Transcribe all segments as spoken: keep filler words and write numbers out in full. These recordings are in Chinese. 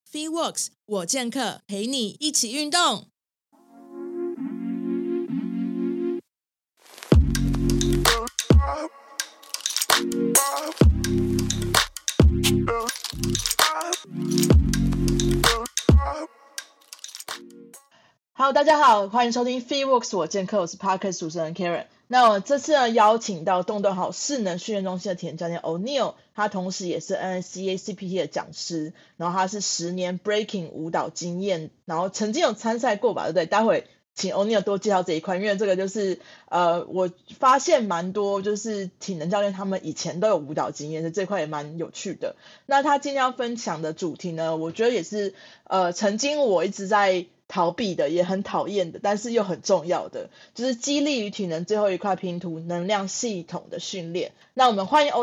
FitWorks 我健客陪你一起运动。Hello， 大家好，欢迎收听 FitWorks 我健客，我是 Podcast 主持人 Karen。那我这次呢邀请到动动好势能训练中心的体能教练 O'Neil， 他同时也是 N S C A C P T 的讲师，然后他是十年 Breaking 舞蹈经验，然后曾经有参赛过吧，对不对？待会请 O'Neil 多介绍这一块，因为这个就是呃，我发现蛮多就是体能教练他们以前都有舞蹈经验，所以这块也蛮有趣的。那他今天要分享的主题呢，我觉得也是呃，曾经我一直在逃避的，也很讨厌的，但是又很重要的，就是激励与体能最后一块拼图——能量系统的训练。那我们欢迎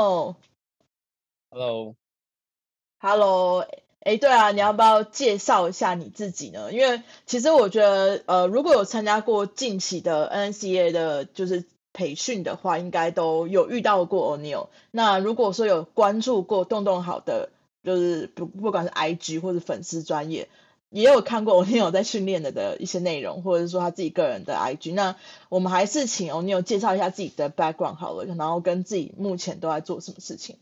O'Neil。Hello，Hello， 哎，对啊，你要不要介绍一下你自己呢？因为其实我觉得，呃，如果有参加过近期的 N S C A 的，就是培训的话，应该都有遇到过 O'Neil。那如果说有关注过动动好的，就是不不管是 I G 或者粉丝专页，也有看过 O'Neil 在训练的的一些内容，或者是说他自己个人的 I G。那我们还是请 O'Neil 介绍一下自己的 background 好了，然后跟自己目前都在做什么事情。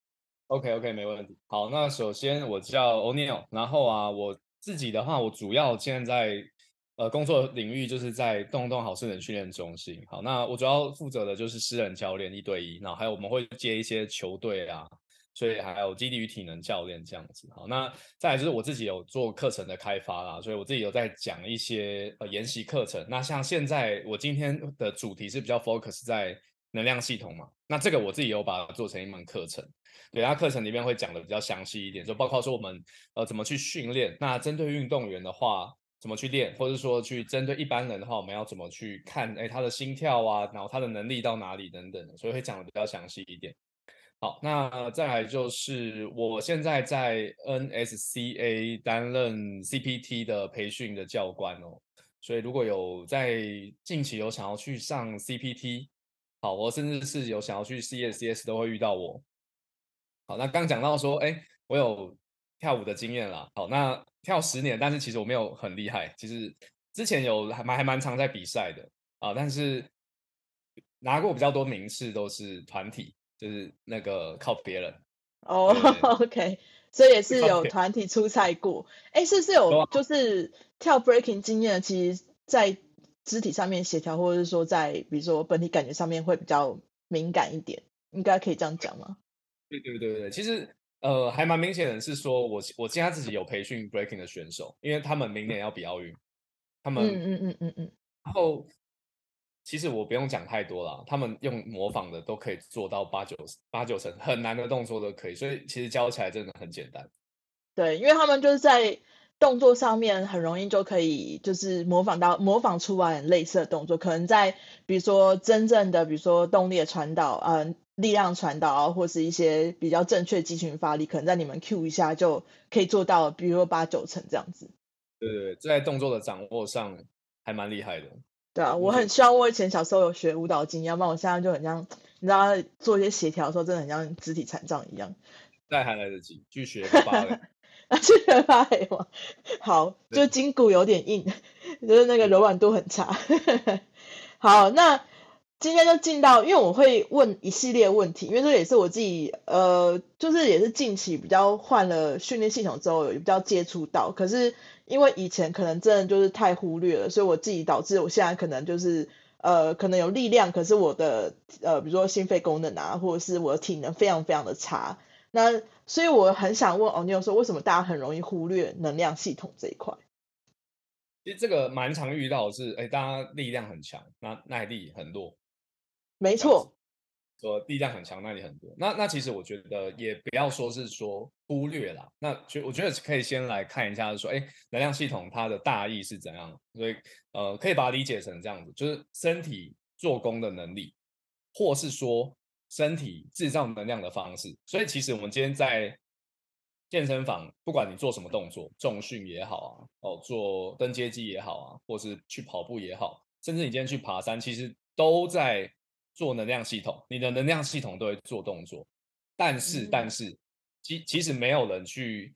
OK OK 没问题。好，那首先我叫 O'Neil， 然后啊，我自己的话，我主要现在在呃工作领域就是在动动好势能训练中心。好，那我主要负责的就是私人教练一对一，然后还有我们会接一些球队啊，所以还有基地与体能教练这样子。好，那再来就是我自己有做课程的开发啦，所以我自己有在讲一些呃研习课程。那像现在我今天的主题是比较 focus 在能量系统嘛，那这个我自己有把它做成一门课程。对，它课程里面会讲的比较详细一点，就包括说我们呃怎么去训练。那针对运动员的话，怎么去练，或者说去针对一般人的话，我们要怎么去看，哎，他的心跳啊，然后他的能力到哪里等等的，所以会讲的比较详细一点。好，那再来就是我现在在 N S C A 担任 C P T 的培训的教官哦，所以如果有在近期有想要去上 C P T， 好，我甚至是有想要去 C S C S 都会遇到我。好，那刚讲到说，哎，我有跳舞的经验啦。好，那跳十年，但是其实我没有很厉害。其实之前有还蛮还蛮常在比赛的啊，但是拿过比较多名次都是团体，就是那个靠别人。 哦、 对对对， OK， 所以也是有靠别人。 团体出赛过。哎，是不是有对啊， 就是跳 breaking 经验的，其实在肢体上面协调，或者是说在比如说本体感觉上面会比较敏感一点，应该可以这样讲吗？ 对对对对，其实呃还蛮明显的是说，我我现在自己有培训 breaking 的选手，因为他们明年要比奥运，他们嗯嗯嗯嗯嗯。 然后其实我不用讲太多啦，他们用模仿的都可以做到八九八九成，很难的动作都可以，所以其实教起来真的很简单。 对，因为他们就是在动作上面很容易就可以就是模仿到模仿出来很类似的动作，可能在比如说真正的比如说动力的传导，呃，力量传导啊，或是一些比较正确肌群发力，可能在你们 Q 一下就可以做到，比如说八九成这样子。 对对对，在动作的掌握上还蛮厉害的。 对啊， 对，目前我很希望我以前小时候有学舞蹈经验，要不然我现在就很像，你知道做一些协调的时候，真的很像肢体残障一样。 再还来得及，去学个芭蕾。 啊，去学芭蕾吗？好，就对筋骨有点硬，就是那个对， 柔软度很差。好，那今天就进到，因为我会问一系列问题，因为这也是我自己，呃，就是也是近期比较换了训练系统之后，有比较接触到，可是因为以前可能真的就是太忽略了，所以我自己导致我现在可能就是。呃，可能有力量，可是我的呃，比如说心肺功能啊，或者是我的体能非常非常的差。那所以我很想问 O'Neil 说，为什么大家很容易忽略能量系统这一块？ 其实这个蛮常遇到的是，哎，大家力量很强，那耐力很弱，这样子。 没错。 说力量很强，耐力很多。那那其实我觉得也不要说是说忽略啦，那就我觉得可以先来看一下说，哎，能量系统它的大意是怎样？所以呃，可以把它理解成这样子，就是身体做工的能力，或是说身体制造能量的方式。所以其实我们今天在健身房，不管你做什么动作，重训也好啊，哦，做登阶机也好啊，或是去跑步也好，甚至你今天去爬山，其实都在做能量系统，你的能量系统都会做动作。但是，但嗯。 是，其其实没有人去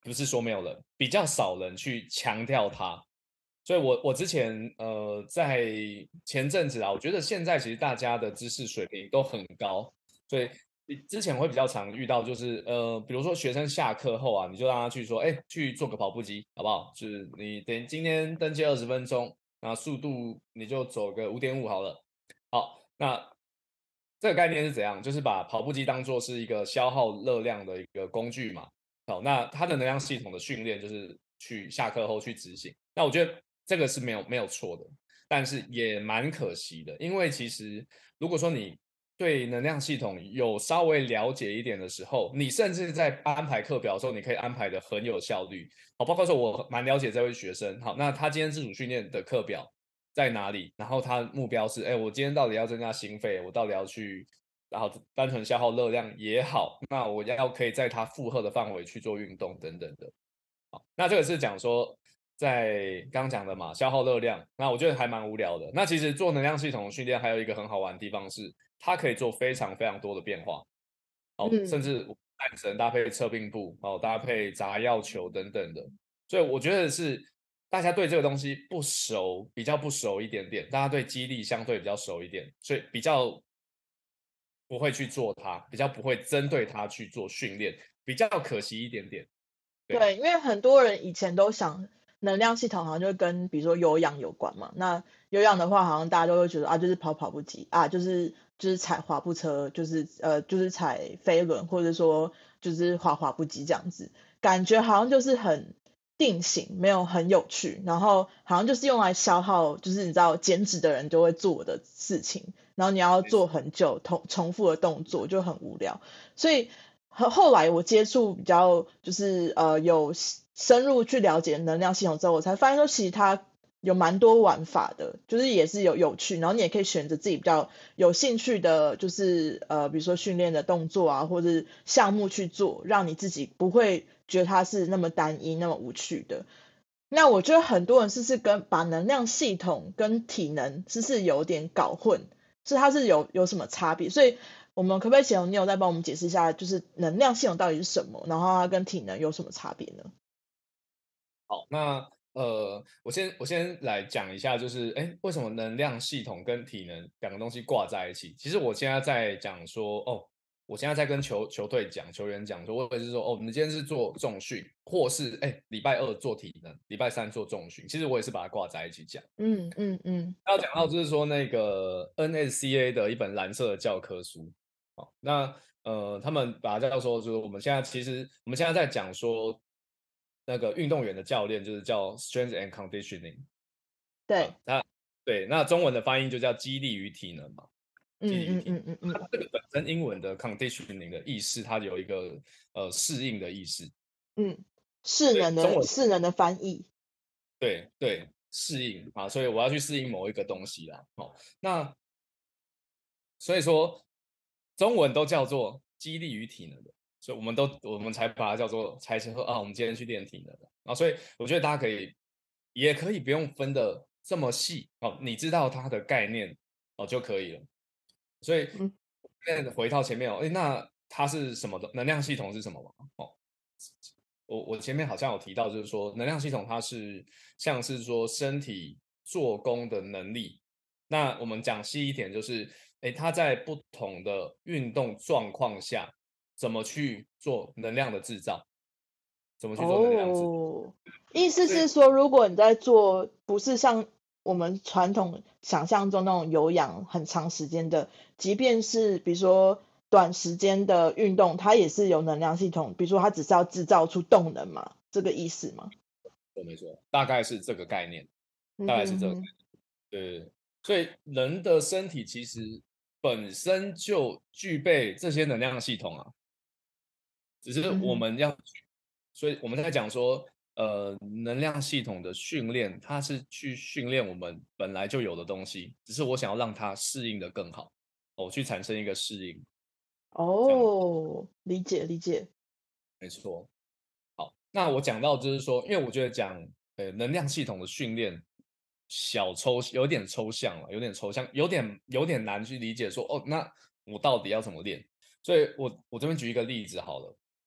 不是说没有人，比较少人去强调它。所以我我之前呃在前阵子啊，我觉得现在其实大家的知识水平都很高，所以之前会比较常遇到就是呃，比如说学生下课后啊，你就让他去说，哎，去做个跑步机，好不好？就是你等今天登记二十分钟，那速度你就走个五点五好了。好，那这个概念是怎样？就是把跑步机当做是一个消耗热量的一个工具嘛。好，那它的能量系统的训练就是去下课后去执行。那我觉得这个是没有没有错的，但是也蛮可惜的，因为其实如果说你对能量系统有稍微了解一点的时候，你甚至在安排课表的时候，你可以安排的很有效率。好，包括说我蛮了解这位学生，好，那他今天自主训练的课表在哪里？然后他目标是，哎，我今天到底要增加心肺，我到底要去，然后单纯消耗热量也好，那我要可以在他负荷的范围去做运动等等的。好，那这个是讲说在刚刚讲的嘛，消耗热量，那我觉得还蛮无聊的。那其实做能量系统的训练还有一个很好玩的地方是，它可以做非常非常多的变化。哦，甚嗯， 至单绳搭配侧并步，哦，搭配砸药球等等的。所以我觉得是大家对这个东西不熟，比较不熟一点点，大家对肌力相对比较熟一点，所以比较不会去做它，比较不会针对它去做训练，比较可惜一点点。对， 对，因为很多人以前都想能量系统好像就跟比如说有氧有关嘛。那有氧的话，好像大家都会觉得啊，就是跑跑步机啊，就是就是踩滑步车，就是呃就是踩飞轮，或者说就是滑滑步机这样子，感觉好像就是很定型，没有很有趣，然后好像就是用来消耗，就是你知道减脂的人就会做的事情，然后你要做没错。 很久重重复的动作就很无聊。所以后后来我接触比较就是呃有深入去了解能量系统之后，我才发现说其实它有蛮多玩法的，就是也是有有趣，然后你也可以选择自己比较有兴趣的，就是呃比如说训练的动作啊，或者是项目去做，让你自己不会觉得它是那么单一、那么无趣的。那我觉得很多人是是跟把能量系统跟体能是是有点搞混，是它是有有什么差别？所以我们可不可以请你有再帮我们解释一下，就是能量系统到底是什么，然后它跟体能有什么差别呢？ 好，那呃，我先我先来讲一下，就是哎，为什么能量系统跟体能两个东西挂在一起？其实我现在在讲说，哦，我现在在跟球球队讲、球员讲说，或者是说，哦，你今天是做重训，或是哎，礼拜二做体能，礼拜三做重训，其实我也是把它挂在一起讲。 嗯嗯嗯， 要讲到就是说那个 N S C A 的一本蓝色的教科书，好，那呃，他们把它叫做就是我们现在其实我们现在在讲说那个运动员的教练就是叫 Strength and Conditioning 啊， 对， 那对，那中文的翻译就叫肌力与体能嘛，肌嗯嗯力与体能。 嗯嗯嗯它这个本身英文的 conditioning 的意思，它有一个呃适应的意思， 嗯，势能对，中文的势能的翻译， 对对适应啊，所以我要去适应某一个东西啦，哦，那所以说中文都叫做肌力与体能的，所以我们都我们才把它叫做才是说啊，我们今天去练体能的啊，所以我觉得大家可以也可以不用分的这么细哦，你知道它的概念哦就可以了。所以嗯现在回到前面哦，诶，那它是什么的？能量系统是什么吗？哦，我我前面好像有提到，就是说能量系统它是像是说身体做工的能力。那我们讲细一点，就是，诶，它在不同的运动状况下，怎么去做能量的制造，怎么去做能量制造。 哦，意思所以是说，如果你在做不是像我们传统想象中那种有氧很长时间的，即便是比如说短时间的运动，它也是有能量系统，比如说它只是要制造出动能嘛，这个意思吗？ 对，没错，大概是这个概念， 嗯大概是这个概哼哼， 念。对对对，所以人的身体其实本身就具备这些能量系统啊，只是嗯哼， 我们要去，所以我们在讲说，呃，能量系统的训练，它是去训练我们本来就有的东西，只是我想要让它适应的更好，哦，去产生一个适应，这样哦，理解理解， 没错。好，那我讲到就是说，因为我觉得讲呃能量系统的训练，小抽有点抽象了，有点抽象，有点有点难去理解说，哦，那我到底要怎么练？所以我我这边举一个例子好了，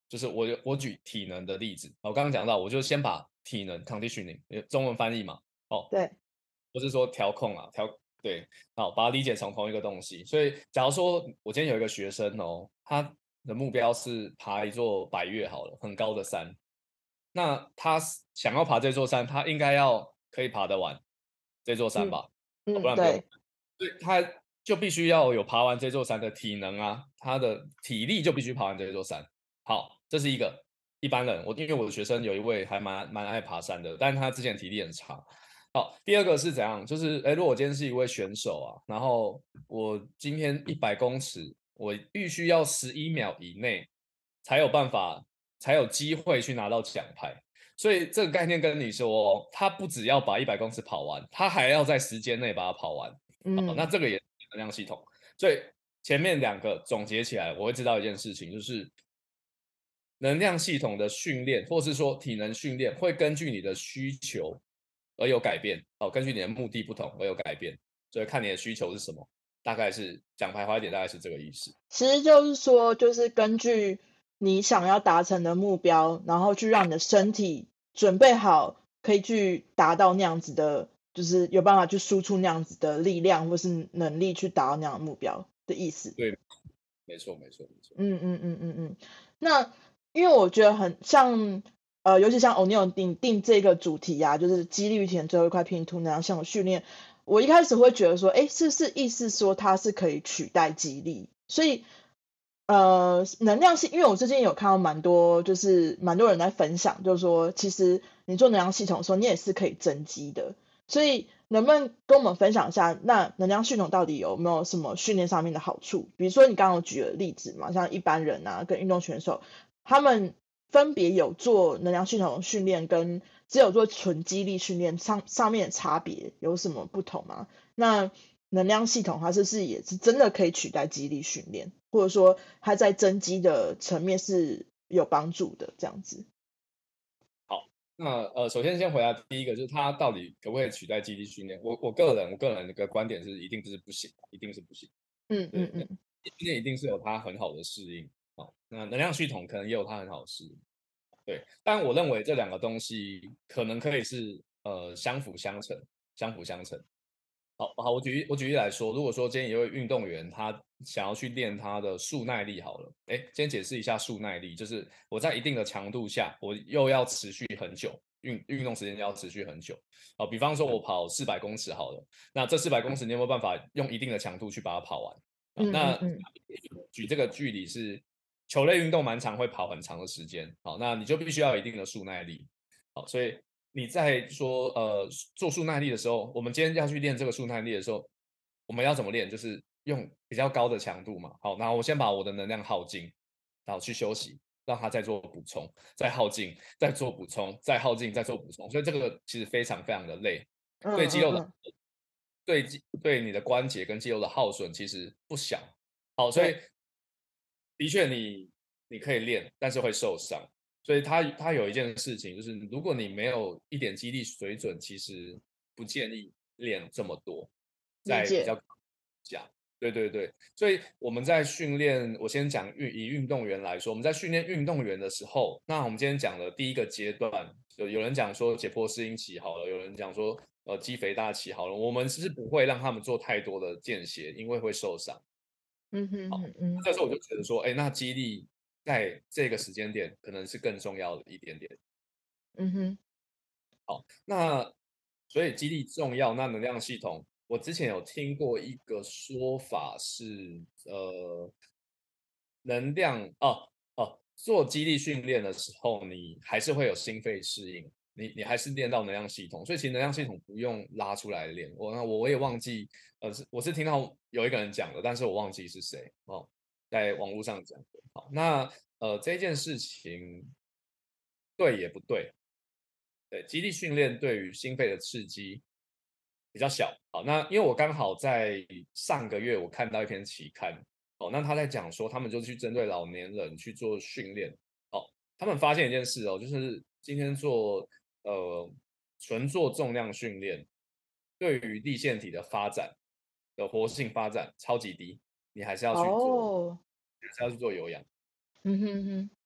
就是我我举体能的例子，我刚刚讲到，我就先把体能 conditioning 中文翻译嘛，哦， 对， 不是说调控啊，调对，好，把它理解成同一个东西。所以，假如说我今天有一个学生哦，他的目标是爬一座百岳好了，很高的山，那他想要爬这座山，他应该要可以爬得完这座山嗯吧？哦不嗯， 然不用， 对， 所以他就必须要有爬完这座山的体能啊，他的体力就必须爬完这座山。好，这是一个一般人，我因为我的学生有一位还蛮蛮爱爬山的，但是他之前体力很差。好，第二个是怎样？就是，哎，如果我今天是一位选手啊，然后我今天一百公尺，我必须要十一秒以内才有办法，才有机会去拿到奖牌。所以这个概念跟你说哦，他不只要把一百公尺跑完，他还要在时间内把它跑完。好，那嗯这个也是能量系统。所以前面两个总结起来，我会知道一件事情，就是能量系统的训练，或是说体能训练，会根据你的需求而有改变。哦，根据你的目的不同而有改变，所以看你的需求是什么，大概是讲白话一点，大概是这个意思。 其实就是说，就是根据你想要达成的目标，然后去让你的身体准备好，可以去达到那样子的，就是有办法去输出那样子的力量或是能力去达到那样的目标的意思。 对，没错，没错，没错。 嗯嗯嗯嗯嗯。那因为我觉得很像，呃，尤其像 O'Neil 定定这个主题啊，就是激励前最后一块拼图那样项的训练，我一开始会觉得说，哎，是不是意思说它是可以取代激励？所以，呃，能量系，因为我最近有看到蛮多，就是蛮多人在分享，就是说，其实你做能量系统的时候，你也是可以增肌的。所以能不能跟我们分享一下，那能量系统到底有没有什么训练上面的好处？比如说你刚刚有举的例子嘛，像一般人啊跟运动选手，他们分别有做能量系统训练跟只有做纯肌力训练上上面的差别有什么不同吗？那能量系统它是不是也是真的可以取代肌力训练，或者说它在增肌的层面是有帮助的这样子？ 好，那呃，首先先回答第一个，就是它到底可不可以取代肌力训练？我我个人我个人的一个观点是，一定是不行，一定是不行。对，那嗯嗯嗯训练一定是有它很好的适应。好，那能量系统可能也有它很好的适应。对，但我认为这两个东西可能可以是呃相辅相成，相辅相成。好好，我举我举例来说，如果说今天有一位运动员，他想要去练他的速耐力，好了，哎，先解释一下速耐力，就是我在一定的强度下，我又要持续很久，运运动时间要持续很久。好，比方说我跑四百公尺好了，那这四百公尺你有没有办法用一定的强度去把它跑完？啊， 嗯嗯那嗯举这个距离是球类运动蛮长，会跑很长的时间。好，那你就必须要有一定的速耐力。好，所以你在说呃做速耐力的时候，我们今天要去练这个速耐力的时候，我们要怎么练？就是用比较高的强度嘛。好，那我先把我的能量耗尽，然后去休息，让它再做补充，再耗尽，再做补充，再耗尽，再做补充。所以这个其实非常非常的累， 嗯对肌肉的嗯嗯， 对肌对你的关节跟肌肉的耗损其实不小。好，所以对， 的确你你可以练，但是会受伤。所以他他有一件事情，就是如果你没有一点肌力水准，其实不建议练这么多， 理解。 在比较讲，对对对。所以我们在训练，我先讲运以运动员来说，我们在训练运动员的时候，那我们今天讲的第一个阶段，有有人讲说解剖适应期好了，有人讲说呃肌肥大期好了，我们是不会让他们做太多的间歇，因为会受伤。 嗯哼哼嗯这时候我就觉得说，哎，那肌力在这个时间点可能是更重要的一点点。 嗯哼， 那所以肌力重要，那能量系统，我之前有听过一个说法是，呃，能量哦哦，做肌力训练的时候，你还是会有心肺适应，你你还是练到能量系统，所以其实能量系统不用拉出来练。我那我我也忘记，呃，是我是听到有一个人讲的，但是我忘记是谁哦，在网络上讲的。好，那呃这件事情对也不对，对，肌力训练对于心肺的刺激比较小。好，那因为我刚好在上个月我看到一篇期刊，哦，那他在讲说他们就去针对老年人去做训练，哦，他们发现一件事哦，就是今天做呃纯做重量训练，对于立腺体的发展的活性发展超级低，你还是要去做， 哦， 还是要去做有氧。 嗯哼哼，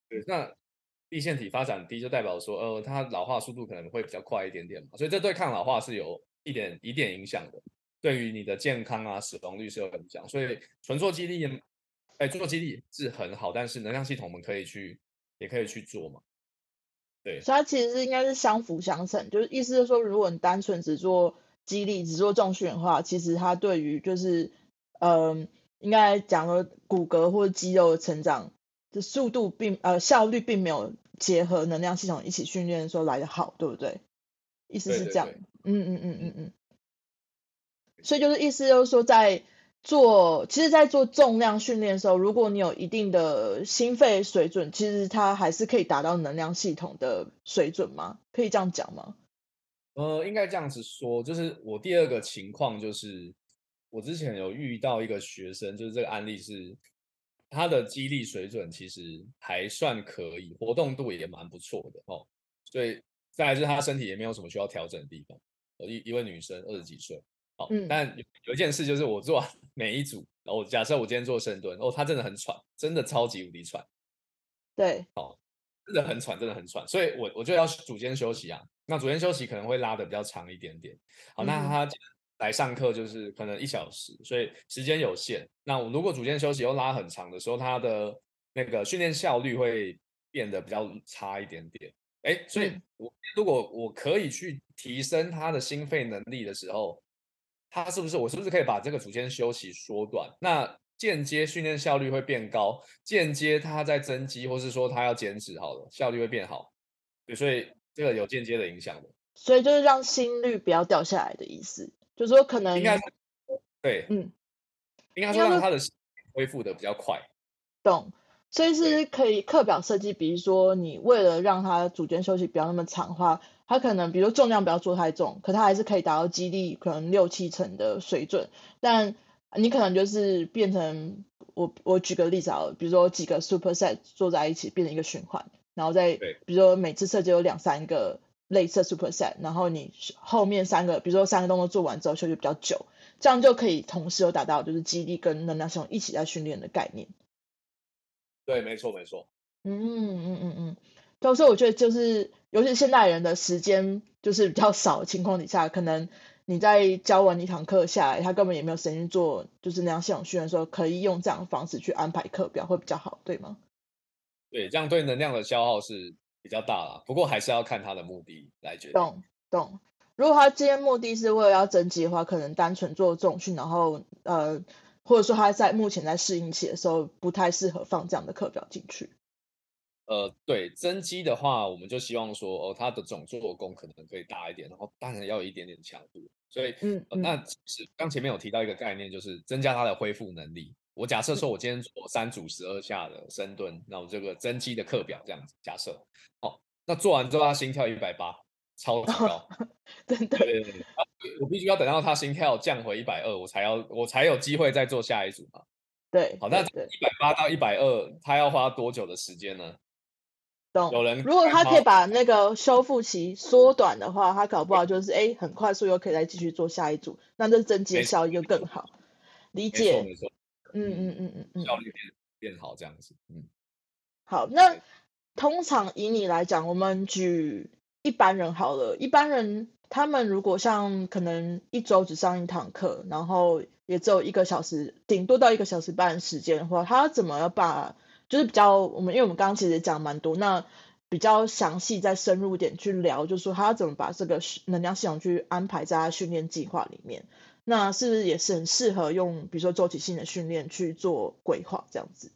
对，那立腺体发展低，就代表说，呃，它老化速度可能会比较快一点点嘛，所以这对抗老化是有一点一点影响的，对于你的健康啊、死亡率是有影响。所以纯做肌力，哎，做肌力是很好，但是能量系统我们可以去，也可以去做嘛。对， 所以它其实是应该是相辅相成，就是意思是说，如果你单纯只做肌力、只做重训的话，其实它对于就是呃，应该讲说骨骼或者肌肉的成长的速度并呃效率并没有结合能量系统一起训练的时候来的好，对不对？意思是这样。 对对对， 嗯嗯嗯嗯嗯， 嗯。所以没错。 就是意思就是说，在做，其实，在做重量训练的时候，如果你有一定的心肺水准，其实它还是可以达到能量系统的水准吗？可以这样讲吗？ 呃，应该这样子说，就是我第二个情况就是，我之前有遇到一个学生，就是这个案例是他的肌力水准其实还算可以，活动度也蛮不错的哦。所以再来就是他身体也没有什么需要调整的地方。呃一一位女生二十几岁，好， 嗯， 但有有一件事就是我做完每一组，然后假设我今天做深蹲，哦，她真的很喘，真的超级无敌喘。 对， 真的很喘，真的很喘，所以我我就要组间休息啊。那组间休息可能会拉的比较长一点点。好， 嗯哼， 那他来上课就是可能一小时，所以时间有限。那我如果组间休息又拉很长的时候，他的那个训练效率会变得比较差一点点。哎，所以嗯， 我如果我可以去提升他的心肺能力的时候，他是不是我是不是可以把这个组间休息缩短？那间接训练效率会变高，间接他在增肌，或是说他要减脂好了，效率会变好。对，所以这个有间接的影响的， 所以就是让心率不要掉下来的意思，就是说可应该是能， 对， 嗯， 应该应该说说让他的恢复的比较快。 懂，所以对， 是可以课表设计，比如说你为了让他组间休息不要那么长的话，他可能比如说重量不要做太重，可他还是可以达到肌力可能六七成的水准，但你可能就是变成我我举个例子好了，比如说几个 superset 做在一起变成一个循环，然后再对， 比如说每次设计有两三个类似的 superset，然后你后面三个比如说三个动作做完之后休息比较久，这样就可以同时有达到就是肌力跟能量系统一起在训练的概念。 对，没错没错。 嗯嗯嗯嗯，对，所以我觉得就是，尤其是现代人的时间就是比较少的情况底下，可能你在教完一堂课下来，他根本也没有时间做，就是那样系统训练的时候，可以用这样的方式去安排课表会比较好，对吗？ 对，这样对能量的消耗是比较大啦，不过还是要看他的目的来决定。 懂懂。如果他今天目的是为了要增肌的话，可能单纯做重训，然后呃，或者说他在目前在适应期的时候，不太适合放这样的课表进去。 呃，对，增肌的话，我们就希望说，哦，它的总做工可能可以大一点，然后当然要有一点点强度。所以，呃， 嗯嗯那其实刚前面有提到一个概念，就是增加它的恢复能力。我假设嗯， 说我今天做三组十二下的深蹲，那我这个增肌的课表这样子假设，好，那做完之后他心跳一百八，超级高。 真的对对对，啊我必须要等到他心跳降回一百二，我才要我才有机会再做下一组嘛。 对好，那对对。 一百八到一百二，他要花多久的时间呢？有懂。 人如果他可以花把那个修复期缩短的话，他搞不好就是哎，很快速又可以再继续做下一组，那这整体的没错效益就更好。理解。 没错没错， 嗯嗯嗯， 嗯嗯嗯。 效率变变好这样子，嗯， 好，那对， 通常以你来讲，我们举一般人好了，一般人他们如果像可能一周只上一堂课，然后也只有一个小时，顶多到一个小时半的时间的话，他怎么把就是比较我们因为我们刚刚其实讲蛮多，那比较详细再深入一点去聊，就是说他要怎么把这个能量系统去安排在他训练计划里面，那是不是也是很适合用比如说周期性的训练去做规划这样子？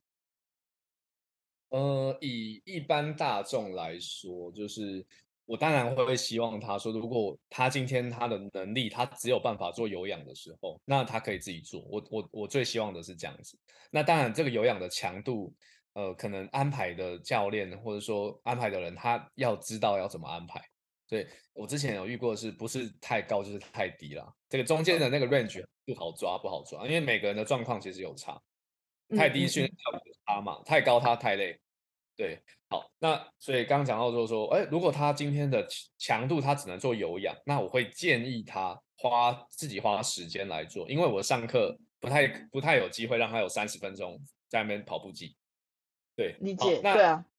呃，以一般大众来说，就是我当然会希望他说，如果他今天他的能力，他只有办法做有氧的时候，那他可以自己做。我我我最希望的是这样子。那当然，这个有氧的强度，呃，可能安排的教练或者说安排的人，他要知道要怎么安排。对，我之前有遇过的是，不是太高就是太低啦，这个中间的那个 range 不好抓，不好抓，因为每个人的状况其实有差。太低训练嗯嗯嗯， 效果差嘛，太高他太累。对，好，那所以刚刚讲到就是说，哎，如果他今天的强强度他只能做有氧，那我会建议他花自己花时间来做，因为我上课不太不太有机会让他有三十分钟在那边跑步机。对，好， 理解， 那对啊。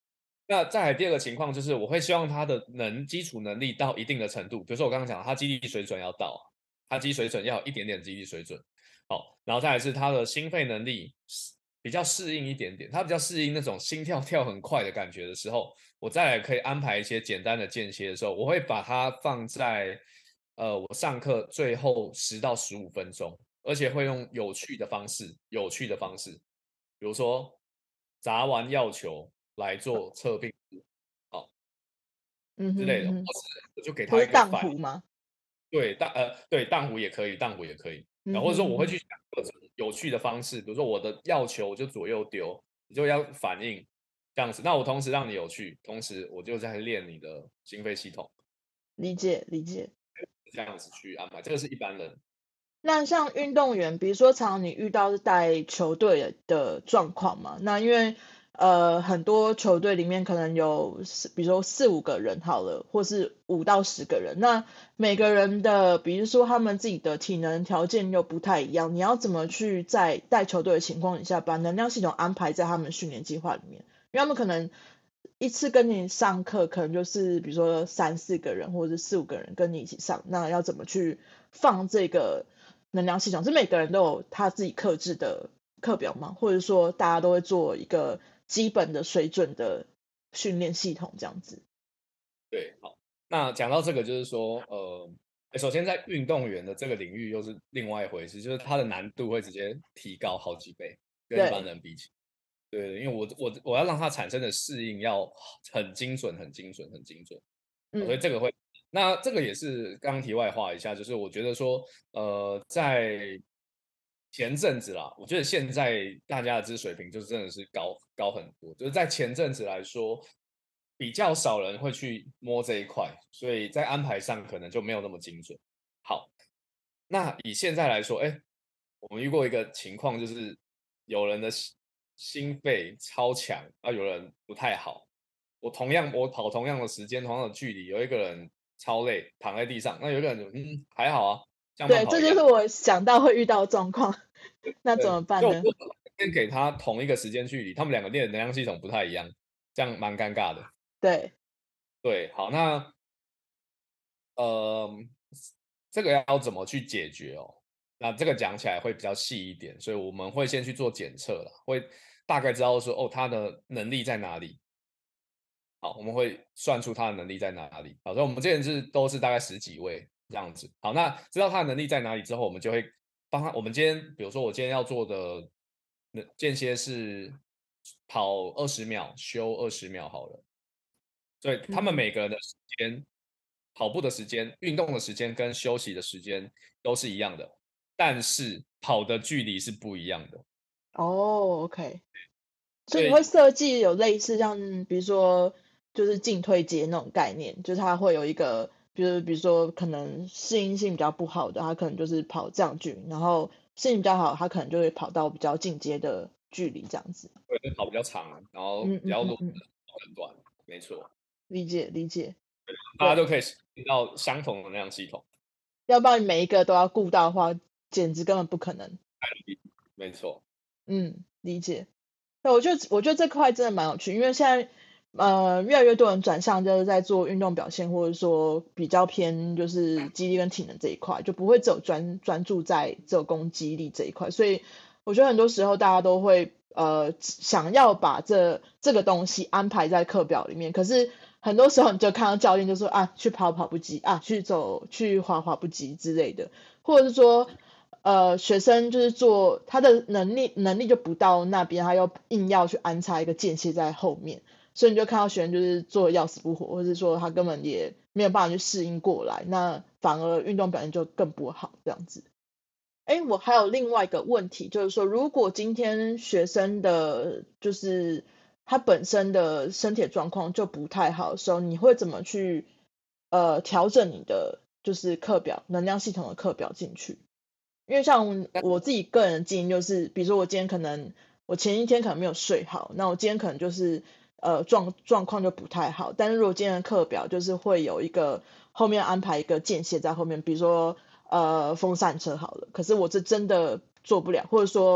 那再来第二个情况就是，我会希望他的能基础能力到一定的程度，比如说我刚刚讲的，他肌力水准要到，他肌水准要有一点点肌力水准，好，然后再来是他的心肺能力比较适应一点点，他比较适应那种心跳跳很快的感觉的时候，我再来可以安排一些简单的间歇的时候，我会把它放在呃我上课最后十到十五分钟，而且会用有趣的方式，有趣的方式，比如说砸完药球来做测病好嗯之类的，或哼嗯哼， 是我就给或是他一个反荡湖吗？ 对，荡呃，对，荡湖也可以，荡湖也可以。然嗯后或者说哼嗯哼， 我会去想各种有趣的方式，比如说我的要求我就左右丢，你就要反应这样子。那我同时让你有趣，同时我就在练你的心肺系统， 理解理解。 这样子去安排。这个是一般人。 那像运动员，比如说常常你遇到是带球队的状况嘛，那因为呃很多球队里面可能有四比如说四五个人好了，或是五到十个人，那每个人的比如说他们自己的体能条件又不太一样，你要怎么去在带球队的情况底下，把能量系统安排在他们训练计划里面？因为他们可能一次跟你上课，可能就是比如说三四个人或者是四五个人跟你一起上，那要怎么去放这个能量系统？是每个人都有他自己克制的课表吗？或者说大家都会做一个基本的水准的训练系统这样子？ 对，好。那讲到这个，就是说，呃，首先在运动员的这个领域又是另外一回事，就是它的难度会直接提高好几倍，跟一般对， 人比起。对，因为我我我要让它产生的适应要很精准、很精准、很精准，所以嗯这个会，那这个也是刚刚题外话一下，就是我觉得说，呃，在前阵子啦，我觉得现在大家的知识水平就是真的是高高很多，就是在前阵子来说，比较少人会去摸这一块，所以在安排上可能就没有那么精准。好，那以现在来说，哎，我们遇过一个情况，就是有人的心心肺超强，啊，有人不太好。我同样我跑同样的时间、同样的距离，有一个人超累，躺在地上，那有一个人就嗯还好啊，像慢对，这跑一样。 就是我想到会遇到的状况，那怎对， 么办呢？ 就我先给他同一个时间距离，他们两个练的能量系统不太一样，这样蛮尴尬的。 对， 对，好，那呃，这个要怎么去解决哦？那这个讲起来会比较细一点，所以我们会先去做检测啦，会大概知道说，哦，他的能力在哪里。好，我们会算出他的能力在哪里。好，所以我们之前是都是大概十几位这样子。好，那知道他的能力在哪里之后，我们就会帮他。我们今天比如说我今天要做的那间歇是跑二十秒，休二十秒好了。所以他们嗯， 每个人的时间，跑步的时间、运动的时间跟休息的时间都是一样的，但是跑的距离是不一样的。 哦，OK。所以你会所以设计有类似像比如说就是进退阶那种概念，就是它会有一个，就是比如说可能适应性比较不好的，他可能就是跑这样距离，然后适应比较好，他可能就会跑到比较进阶的距离这样子。 会跑比较长，然后嗯比较多嗯嗯嗯， 跑很短，没错。 理解理解，对， 大家都可以使用到相同的能量系统， 要不然每一个都要顾到的话，简直根本不可能。 没错。 嗯，理解。对，我觉得我觉得这块真的蛮有趣，因为现在呃越来越多人转向就是在做运动表现，或者说比较偏就是肌力跟体能这一块，就不会只有专专注在只有攻击力这一块。所以我觉得很多时候大家都会呃想要把这这个东西安排在课表里面，可是很多时候你就看到教练就说啊去跑跑步机啊去走去滑滑步机之类的，或者是说呃，学生就是做他的能力能力就不到那边，他又硬要去安插一个间歇在后面，所以你就看到学生就是做的要死不活，或者说他根本也没有办法去适应过来，那反而运动表现就更不好这样子。哎，我还有另外一个问题，就是说，如果今天学生的就是他本身的身体状况就不太好的时候，你会怎么去呃调整你的就是课表能量系统的课表进去？因为像我自己个人的经验就是，比如说我今天可能我前一天可能没有睡好，那我今天可能就是呃状状况就不太好。但是如果今天的课表就是会有一个后面安排一个间歇在后面，比如说呃风扇车好了，可是我这真的做不了，或者说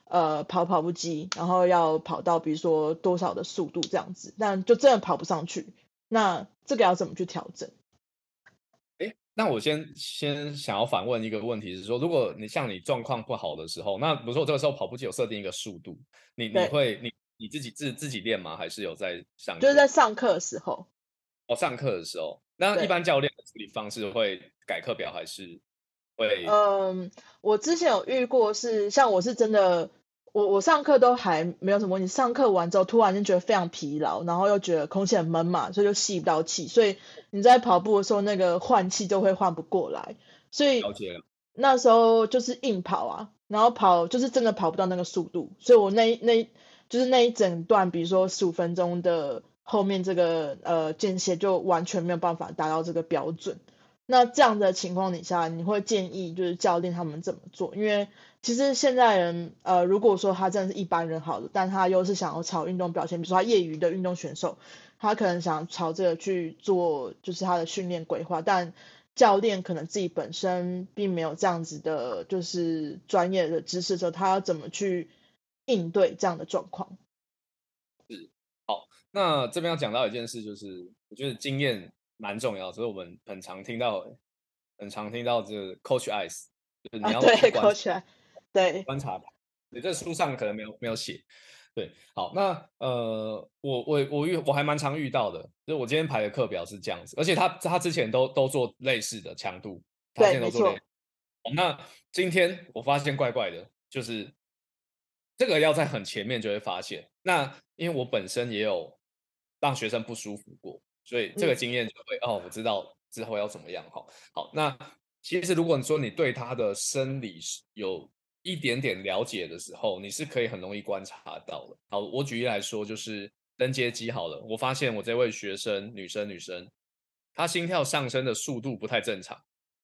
呃跑跑步机，然后要跑到比如说多少的速度这样子，但就真的跑不上去，那这个要怎么去调整？ 诶，那我先先想要反问一个问题是说，如果你像你状况不好的时候，那比如说我这个时候跑步机有设定一个速度，你你对， 会你你自己自自己练吗？还是有在上就是课？ 在上课的时候， 哦，上课的时候，那一对。 般教练的处理方式会改课表还是会嗯，我之前有遇过是，像我是真的，我我上课都还没有什么问题，上课完之后突然间觉得非常疲劳，然后又觉得空气很闷嘛，所以就吸不到气，所以你在跑步的时候那个换气就会换不过来，所以了解了？ 那时候就是硬跑啊，然后跑就是真的跑不到那个速度，所以我那那就是那一整段，比如说十五分钟的后面这个呃间歇就完全没有办法达到这个标准。那这样的情况底下，你会建议就是教练他们怎么做？因为其实现在人，呃，如果说他真的是一般人好了，但他又是想要朝运动表现，比如说他业余的运动选手，他可能想朝这个去做，就是他的训练规划，但教练可能自己本身并没有这样子的，就是专业的知识的时候，他要怎么去应对这样的状况？ 好，那这边要讲到一件事，就是我觉得经验蛮重要，所以我们很常听到，很常听到这个 Coach Ice，就是你啊， 要去对， 观扣起来，对， 观察他，对，这书上可能没有没有写。对，好，那呃，我我我遇我还蛮常遇到的，就是我今天排的课表是这样子，而且他他之前都都做类似的强度，他之对， 前都做类似。 没错， 那今天我发现怪怪的，就是这个要在很前面就会发现。那因为我本身也有让学生不舒服过，所以这个嗯经验就会哦，我知道之后要怎么样哈。好，那其实如果你说你对他的生理是有一点点了解的时候，你是可以很容易观察到的。好，我举例来说，就是登阶机好了，我发现我这位学生，女生女生，她心跳上升的速度不太正常。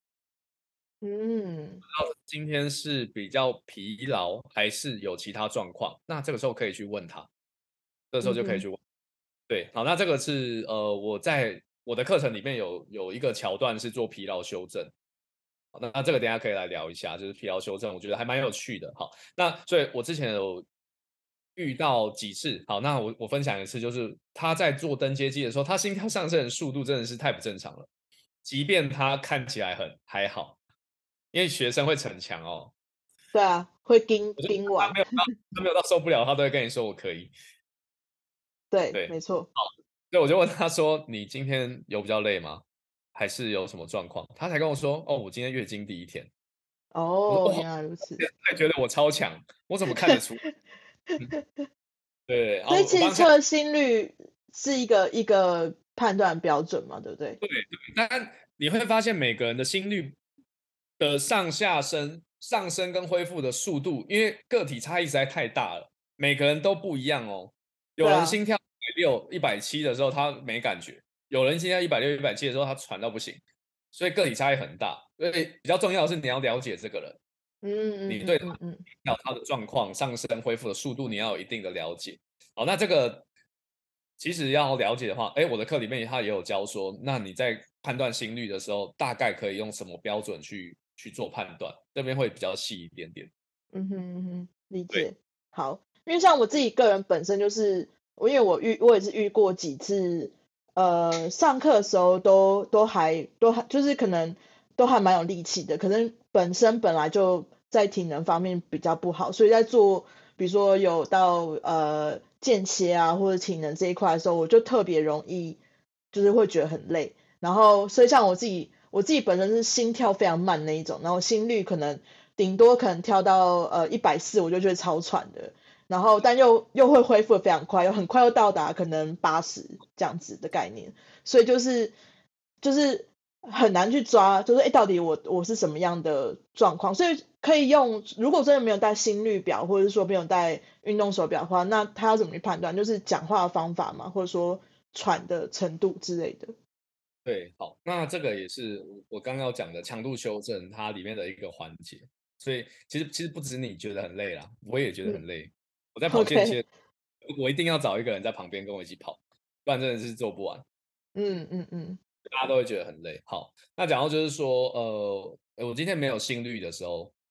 嗯今天是比较疲劳，还是有其他状况？那这个时候可以去问他，这个时候嗯哼， 就可以去问。对，好，那这个是呃，我在我的课程里面有有一个桥段是做疲劳修正。好，那那这个等一下可以来聊一下，就是疲劳修正，我觉得还蛮有趣的。好，那所以我之前有遇到几次，好，那我我分享一次，就是他在做登阶机的时候，他心跳上升的速度真的是太不正常了，即便他看起来很还好，因为学生会逞强哦。 对啊，会盯我觉得盯完， 他没有到他没有到受不了，他都会跟你说我可以。 对， 对， 没错。 所以我就问他说：“你今天有比较累吗？还是有什么状况？”他才跟我说：“哦，我今天月经第一天。”我说： 哦， “哇， 原来如此。 他也觉得我超强，我怎么看得出？”嗯，对，然所以后我当下其实测心率是一个一个判断标准嘛，对不对？ 对对，但你会发现每个人的心率的上下升、上升跟恢复的速度，因为个体差异实在太大了，每个人都不一样哦。有对啊， 人心跳一百六、一百七的时候他没感觉，有人心跳一百六、一百七的时候他喘到不行，所以个体差异很大。所以比较重要的是你要了解这个人， 嗯嗯你对他嗯嗯嗯还有他的状况、上升、恢复的速度，你要有一定的了解。好，那这个其实要了解的话，哎，我的课里面他也有教说，那你在判断心率的时候，大概可以用什么标准去去做判断，这边会比较细一点点。 嗯哼嗯哼，理对， 解。好，因为像我自己个人本身就是，我因为我遇我也是遇过几次，呃，上课的时候都都还都还就是可能都还蛮有力气的，可能本身本来就在体能方面比较不好，所以在做比如说有到呃间歇啊或者体能这一块的时候，我就特别容易就是会觉得很累，然后所以像我自己我自己本身是心跳非常慢那一种，然后心率可能顶多可能跳到呃一百四，我就觉得超喘的，然后但又又会恢复的非常快，又很快又到达可能八十这样子的概念，所以就是就是很难去抓，就是哎、诶到底我我是什么样的状况，所以可以用，如果真的没有带心率表，或者是说没有带运动手表的话，那他要怎么去判断？就是讲话的方法嘛，或者说喘的程度之类的。 对，好，那这个也是我我刚刚要讲的强度修正它里面的一个环节。所以其实其实不止你觉得很累啦，我也觉得嗯很累。我在跑间 ，OK， 歇，我一定要找一个人在旁边跟我一起跑，不然真的是做不完。 嗯嗯嗯大家都会觉得很累。好，那讲到就是说，呃，呃我今天没有心率的时候，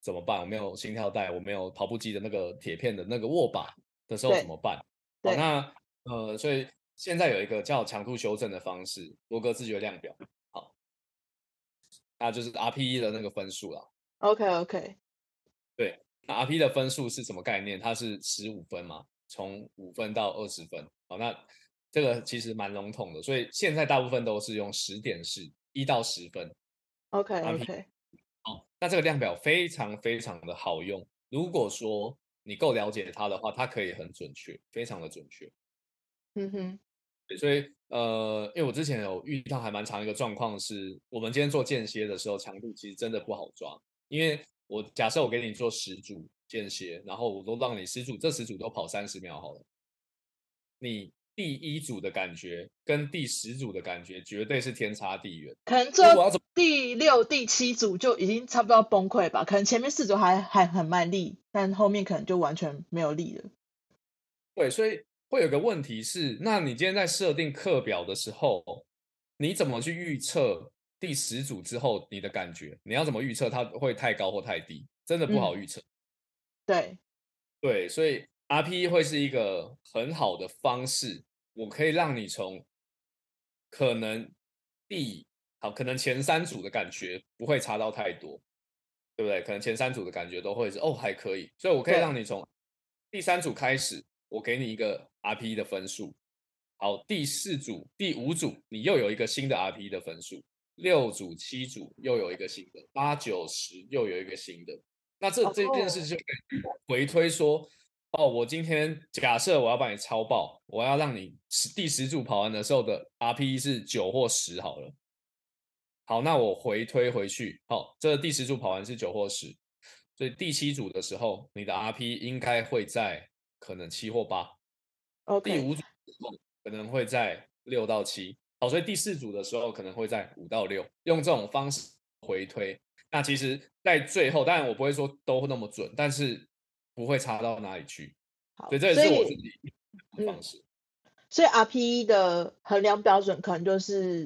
怎么办？我没有心跳带，我没有跑步机的那个铁片的那个握把的时候怎对么办？好， 对那呃，所以现在有一个叫强度修正的方式，多个自觉量表，好，那就是 R P E 的那个分数啦。 ，OK OK， 对，那 R P 的分数是什么概念？它是十五分嘛，从五分到二十分。好，那这个其实蛮笼统的，所以现在大部分都是用十点式，一到十分 OK R P。 OK， 好，那这个量表非常非常的好用。如果说你够了解它的话，它可以很准确，非常的准确。 嗯哼， 对，所以呃，因为我之前有遇到还蛮长一个状况是，我们今天做间歇的时候，强度其实真的不好抓。因为我假设我给你做十组间歇，然后我都让你十组，这十组都跑三十秒好了，你第一组的感觉跟第十组的感觉绝对是天差地远。 可能做如果要怎么第六、第七组就已经差不多要崩溃吧，可能前面四组还还很卖力，但后面可能就完全没有力了。 对，所以会有个问题是，那你今天在设定课表的时候，你怎么去预测第十组之后你的感觉？你要怎么预测它会太高或太低？真的不好嗯， 预测。 对， 对，所以 R P E 会是一个很好的方式，我可以让你从可能第好，可能前三组的感觉不会差到太多，对不对？可能前三组的感觉都会是哦还可以，所以我可以让对， 你从第三组开始，我给你一个 R P E 的分数。好，第四组、第五组你又有一个新的 R P E 的分数，六组、七组又有一个新的，八九十又有一个新的。那这这件事哦， 就可以回推说，哦，我今天假设我要把你超爆，我要让你十第十组跑完的时候的 R P E 是九或十好了。好，那我回推回去，好，这第十组跑完是九或十，所以第七组的时候，你的 R P E 应该会在可能七或八，第 ，OK， 五组的时候可能会在六到七，好，所以第四组的时候可能会在五到六，用这种方式回推。那其实，在最后，当然我不会说都那么准，但是不会差到哪里去，所好， 以这也是我自所以， 己的方嗯， 式。 所以 R P E 的衡量标准可能就是，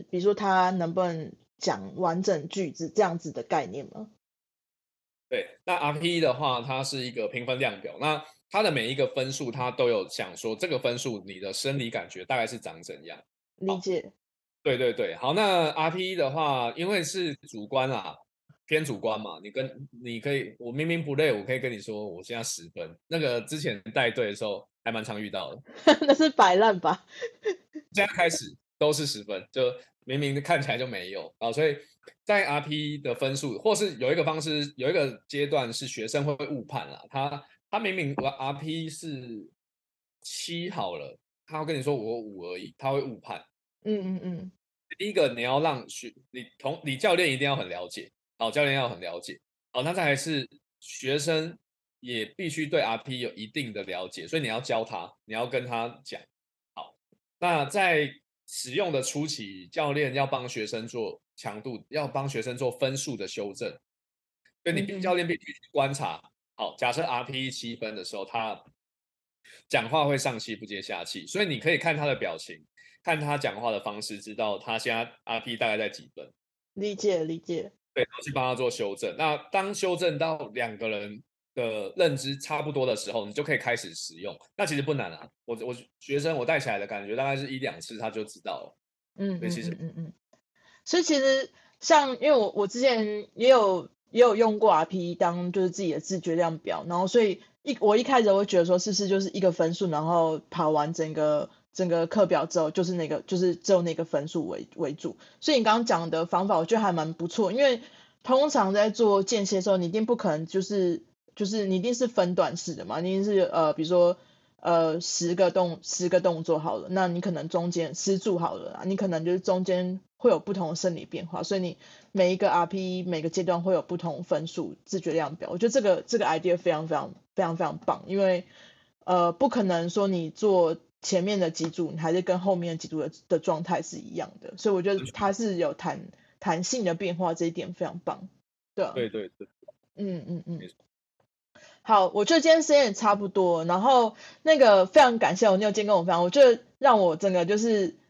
比如说它能不能讲完整句子这样子的概念吗？ 对，那 R P E 的话，它是一个评分量表，那它的每一个分数，它都有讲说这个分数你的生理感觉大概是长怎样。好， 理解， 对对对，好，那 R P E 的话，因为是主观啦，偏主观嘛，你跟你可以，我明明不累，我可以跟你说我现在十分，那个之前带队的时候还蛮常遇到的。 那是摆烂吧？ 现在开始都是十分，就明明看起来就没有啊，所以在 R P 的分数，或是有一个方式，有一个阶段是学生会误判啦，他他明明我 R P 是七好了，他会跟你说我五而已，他会误判。 嗯嗯嗯， 第一个你要让学你同你教练一定要很了解，好，教练要很了解，好，那再来是学生也必须对 R P 有一定的了解，所以你要教他，你要跟他讲。好，那在使用的初期，教练要帮学生做强度，要帮学生做分数的修正，所以你嗯哼， 教练必须去观察。好，假设 R P 七分的时候，他讲话会上气不接下气，所以你可以看他的表情，看他讲话的方式，知道他现在 R P 大概在几分。 理解理解。 对，然后去帮他做修正。那当修正到两个人的认知差不多的时候，你就可以开始使用。那其实不难啊，我我学生我带起来的感觉大概是一两次他就知道了。 嗯嗯所以其实嗯嗯嗯。所以其实像因为我我之前也有也有用过 R P E 当就是自己的自觉量表，然后所以一我一开始会觉得说是不是就是一个分数，然后跑完整个整个课表之后就是那个就是只有那个分数为为主。所以你刚刚讲的方法我觉得还蛮不错，因为通常在做间歇的时候，你一定不可能就是就是你一定是分段式的嘛，你一定是呃比如说呃十个动十个动作好了，那你可能中间十组好了啦，你可能就是中间会有不同的生理变化，所以你每一个 R P E 每个阶段会有不同分数自觉量表。我觉得这个这个 idea 非常非常非常非常棒，因为呃不可能说你做前面的几组，你还是跟后面的几组的的状态是一样的，所以我觉得它是有弹弹性的变化，这一点非常棒。对啊， 对对对， 嗯嗯嗯。 没错。 好，我觉得今天时间也差不多，然后那个非常感谢我，你有今天跟我分享，我觉得让我整个就是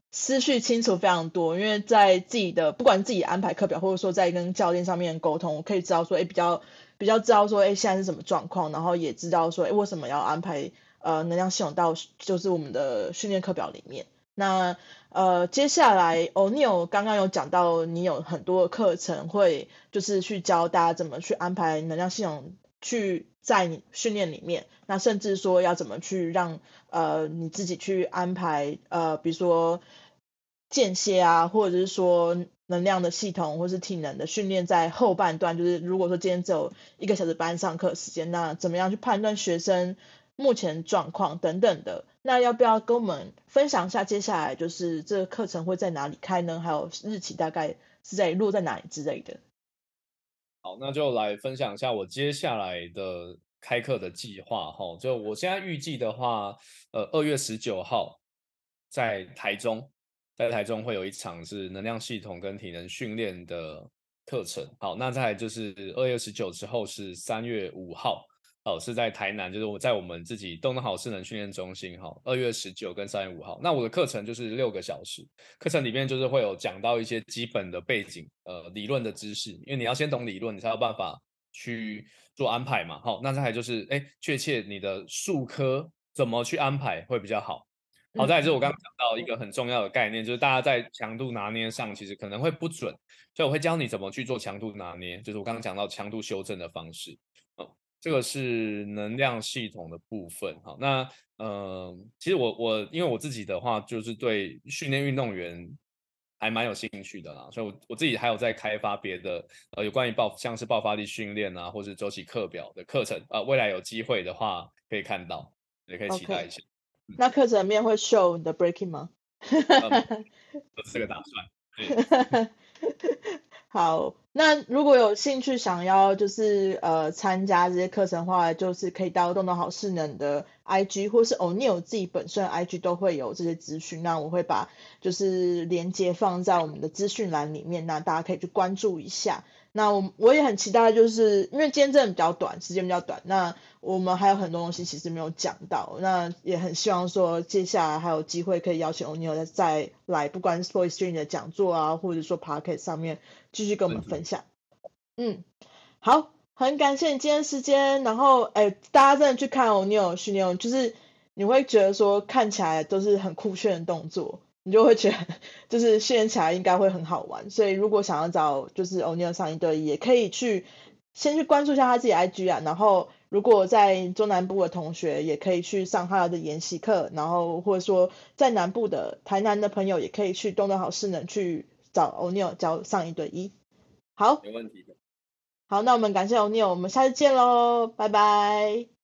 思绪清楚非常多，因为在自己的不管自己安排课表，或者说在跟教练上面沟通，我可以知道说，哎，比较比较知道说，哎，现在是什么状况，然后也知道说，哎，为什么要安排呃能量系统到就是我们的训练课表里面。那呃接下来哦，你有刚刚有讲到你有很多的课程会就是去教大家怎么去安排能量系统去在你训练里面，那甚至说要怎么去让呃你自己去安排呃比如说间歇啊，或者是说能量的系统或是体能的训练在后半段，就是如果说今天只有一个小时班上课时间，那怎么样去判断学生目前状况等等的，那要不要跟我们分享一下接下来就是这个课程会在哪里开呢？还有日期大概是在落在哪里之类的？ 好，那就来分享一下我接下来的开课的计划哈。就我现在预计的话，呃，二月十九号在台中，在台中会有一场是能量系统跟体能训练的课程。好，那再来就是二月十九之后是三月五号，哦，是在台南，就是我在我们自己动能好势能训练中心哈，二月十九跟三月五号。那我的课程就是六个小时，课程里面就是会有讲到一些基本的背景，呃，理论的知识，因为你要先懂理论，你才有办法去做安排嘛。好，那再来就是，哎，确切你的术科怎么去安排会比较好。好，再来就是我刚刚讲到一个很重要的概念，就是大家在强度拿捏上其实可能会不准，所以我会教你怎么去做强度拿捏，就是我刚刚讲到强度修正的方式。哦，这个是能量系统的部分。好，那呃，其实我我因为我自己的话，就是对训练运动员还蛮有兴趣的啦，所以我我自己还有在开发别的呃有关于爆像是爆发力训练啊，或是周期课表的课程啊，未来有机会的话可以看到，也可以期待 OK， 一下。嗯那课程里面会 show 你的 breaking 吗？ 嗯，有这个打算。对， 好，那如果有兴趣想要就是呃参加这些课程的话，就是可以到动动好势能的 I G 或是 O'Neil 自己本身的 I G 都会有这些资讯。那我会把就是连接放在我们的资讯栏里面，那大家可以去关注一下。那我我也很期待，就是因为今天真的比较短，时间比较短，那我们还有很多东西其实没有讲到，那也很希望说接下来还有机会可以邀请 O'Neil 再来，不管是 Voice Stream 的讲座啊，或者说 p o c k e t 上面继续跟我们问题。 分享。嗯，好，很感谢你今天时间，然后哎，大家真的去看 O'Neil 训练，就是你会觉得说看起来都是很酷炫的动作。你就会觉得就是训练起来应该会很好玩，所以如果想要找就是 O'Neil 上一对一，也可以去先去关注一下他自己 I G 啊，然后如果在中南部的同学也可以去上他的研习课，然后或者说在南部的台南的朋友也可以去动动好势能去找 O'Neil 教上一对一。好， 没问题的。 好，那我们感谢 O'Neil，我们下次见喽，拜拜。